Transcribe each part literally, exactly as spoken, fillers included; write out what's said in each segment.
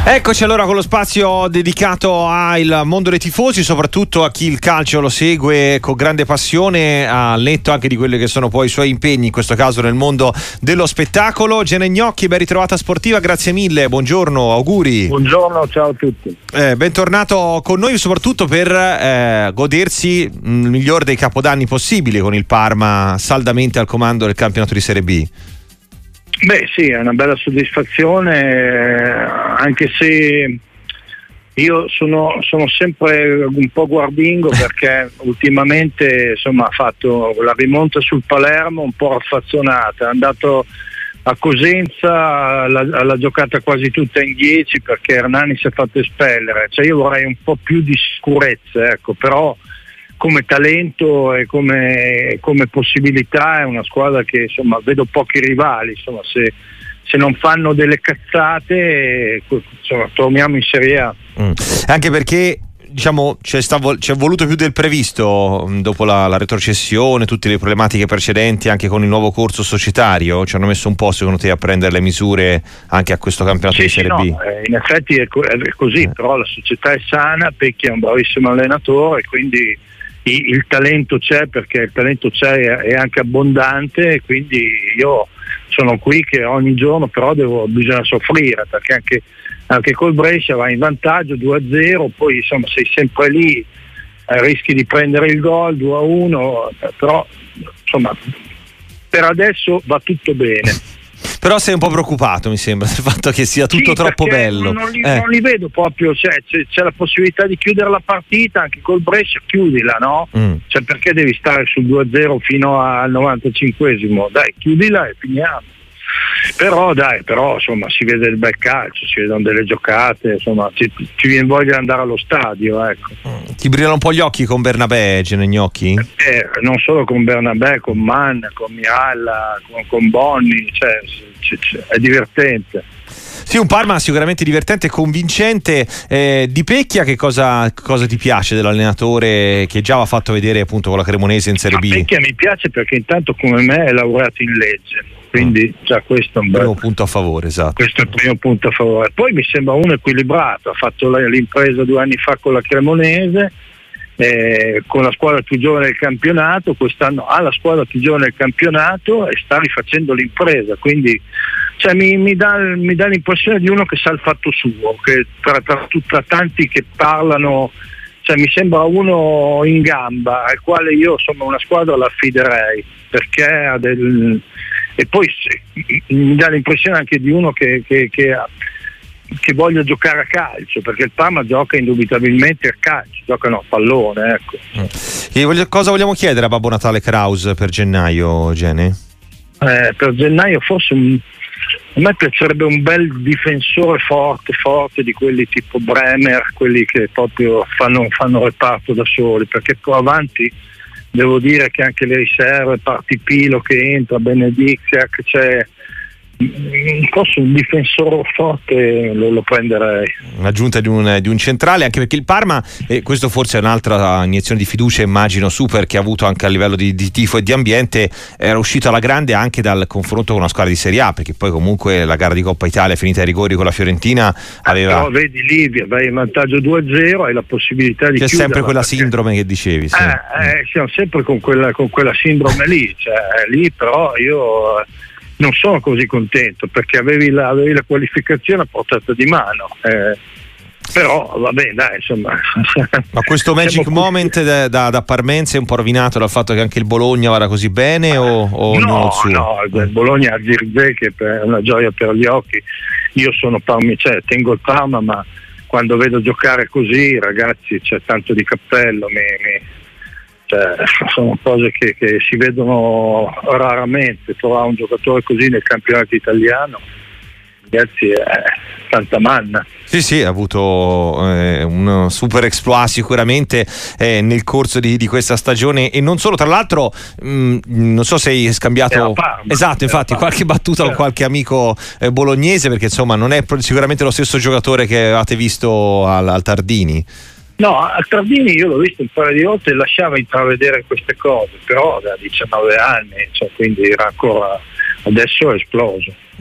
Eccoci allora con lo spazio dedicato al mondo dei tifosi, soprattutto a chi il calcio lo segue con grande passione, al netto anche di quelli che sono poi i suoi impegni, in questo caso nel mondo dello spettacolo. Gene Gnocchi, ben ritrovata sportiva, grazie mille, buongiorno, auguri. Buongiorno, ciao a tutti. Eh, bentornato con noi, soprattutto per eh, godersi il miglior dei capodanni possibili con il Parma saldamente al comando del campionato di Serie B. Beh sì, è una bella soddisfazione, anche se io sono, sono sempre un po' guardingo perché ultimamente insomma ha fatto la rimonta sul Palermo un po' raffazzonata, è andato a Cosenza, l'ha, l'ha giocata quasi tutta in dieci perché Hernani si è fatto espellere, cioè io vorrei un po' più di sicurezza, ecco, però come talento e come, come possibilità è una squadra che insomma vedo pochi rivali, insomma se, se non fanno delle cazzate insomma, torniamo in Serie A. Mm. Anche perché diciamo c'è, stato, c'è voluto più del previsto dopo la, la retrocessione, tutte le problematiche precedenti, anche con il nuovo corso societario ci hanno messo un po' secondo te a prendere le misure anche a questo campionato sì, di Serie sì, B? No, eh, in effetti è, co- è così, eh. Però la società è sana, Pecchi è un bravissimo allenatore, quindi il talento c'è, perché il talento c'è è anche abbondante, quindi io sono qui che ogni giorno però devo, bisogna soffrire, perché anche, anche col Brescia vai in vantaggio due a zero, poi insomma sei sempre lì, eh, rischi di prendere il gol due a uno, però insomma per adesso va tutto bene. Però sei un po' preoccupato, mi sembra, del fatto che sia tutto sì, troppo bello. Non li, eh. non li vedo proprio, cioè, c'è, c'è la possibilità di chiudere la partita, anche col Brescia chiudila, no? Mm. Cioè perché devi stare sul due a zero fino al novantacinquesimo? Dai, chiudila e finiamo. Però dai, però insomma si vede il bel calcio, si vedono delle giocate, insomma ci, ci viene voglia di andare allo stadio, ecco. Mm. Ti brillano un po' gli occhi con Bernabé, Gene Gnocchi? Eh, non solo con Bernabé, con Mann, con Miralla, con, con Bonni, cioè c- c- è divertente. Sì, un Parma sicuramente divertente e convincente. Eh, di Pecchia che cosa, cosa ti piace dell'allenatore che già aveva fatto vedere appunto con la Cremonese in Serie B? Pecchia mi piace perché intanto come me è laureato in legge, quindi mm. già questo è un bel primo punto a favore, esatto. Questo è il primo punto a favore. Poi mi sembra uno equilibrato, ha fatto l'impresa due anni fa con la Cremonese, eh, con la squadra più giovane del campionato, quest'anno ha la squadra più giovane del campionato e sta rifacendo l'impresa, quindi cioè, mi, mi, dà, mi dà l'impressione di uno che sa il fatto suo, che tra, tra, tra tanti che parlano, cioè, mi sembra uno in gamba al quale io insomma una squadra la affiderei, perché ha del... e poi mi dà l'impressione anche di uno che, che, che, ha, che voglia giocare a calcio, perché il Parma gioca indubitabilmente a calcio, giocano a pallone, ecco. E voglio, cosa vogliamo chiedere a Babbo Natale Kraus per gennaio, Gene? Eh, per gennaio forse un, a me piacerebbe un bel difensore forte forte di quelli tipo Bremer, quelli che proprio fanno, fanno reparto da soli, perché poi avanti devo dire che anche le riserve, Partipilo che entra, Benediziak, c'è forse un difensore forte lo, lo prenderei. L'aggiunta di un, di un centrale, anche perché il Parma, e questo forse è un'altra iniezione di fiducia immagino super che ha avuto anche a livello di, di tifo e di ambiente, era uscito alla grande anche dal confronto con una squadra di Serie A, perché poi comunque la gara di Coppa Italia finita ai rigori con la Fiorentina aveva... Però vedi Livia, vai in vantaggio due a zero, hai la possibilità di c'è chiuderla, sempre quella perché... sindrome che dicevi, sì. eh, eh, siamo sempre con quella, con quella sindrome lì, cioè lì però io non sono così contento perché avevi la, avevi la qualificazione a portata di mano, eh, però va bene, dai, insomma. Ma questo magic moment da, da, da parmense è un po' rovinato dal fatto che anche il Bologna vada così bene o, o no, il suo? No, il Bologna ha Zirkzee che è una gioia per gli occhi. Io sono Parma, cioè tengo il Parma, ma quando vedo giocare così, ragazzi, c'è tanto di cappello, mi, mi Cioè, sono cose che, che si vedono raramente. Trovare un giocatore così nel campionato italiano, ragazzi, è tanta manna. Sì, sì, ha avuto eh, un super exploit sicuramente eh, nel corso di, di questa stagione, e non solo, tra l'altro mh, non so se hai scambiato esatto, infatti qualche battuta con qualche amico eh, bolognese, perché insomma non è sicuramente lo stesso giocatore che avevate visto al, al Tardini. No, a Tardini io l'ho visto un paio di volte e lasciava intravedere queste cose, però da diciannove anni, cioè, quindi era ancora, adesso è esploso.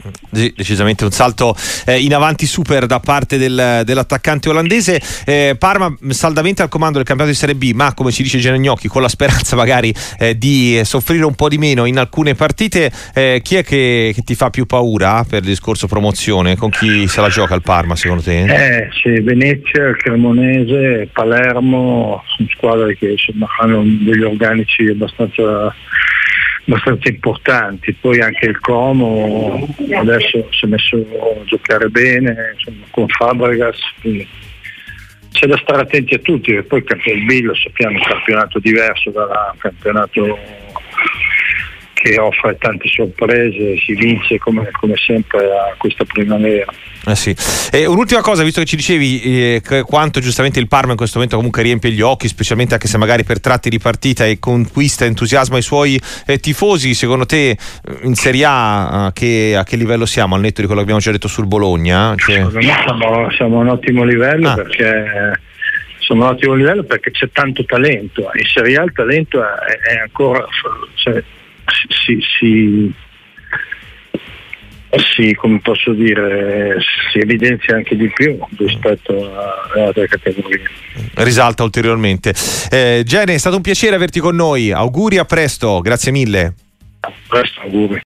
Sì, decisamente un salto eh, in avanti super da parte del, dell'attaccante olandese. eh, Parma saldamente al comando del campionato di Serie B, ma come ci dice Gianniocchi, con la speranza magari eh, di soffrire un po' di meno in alcune partite. eh, chi è che, che ti fa più paura per il discorso promozione? Con chi se la gioca il Parma secondo te? Eh, sì, Venezia, Cremonese, Palermo sono squadre che insomma hanno degli organici abbastanza abbastanza importanti. Poi anche il Como adesso si è messo a giocare bene, insomma, con Fabregas, quindi c'è da stare attenti a tutti. E poi il B, lo sappiamo, è un campionato diverso dal campionato che offre tante sorprese, si vince come, come sempre a questa primavera. Eh sì. E un'ultima cosa, visto che ci dicevi eh, quanto giustamente il Parma in questo momento comunque riempie gli occhi, specialmente anche se magari per tratti di partita, e conquista entusiasma i suoi eh, tifosi, secondo te in Serie A a che, a che livello siamo, al netto di quello che abbiamo già detto sul Bologna? Cioè... Siamo, siamo a un ottimo livello, ah. perché siamo a un ottimo livello perché c'è tanto talento. In Serie A il talento è, è ancora, cioè, si, si Sì, come posso dire, si evidenzia anche di più rispetto alle altre categorie. Risalta ulteriormente. Eh, Gene, è stato un piacere averti con noi. Auguri, a presto, grazie mille. A presto, auguri.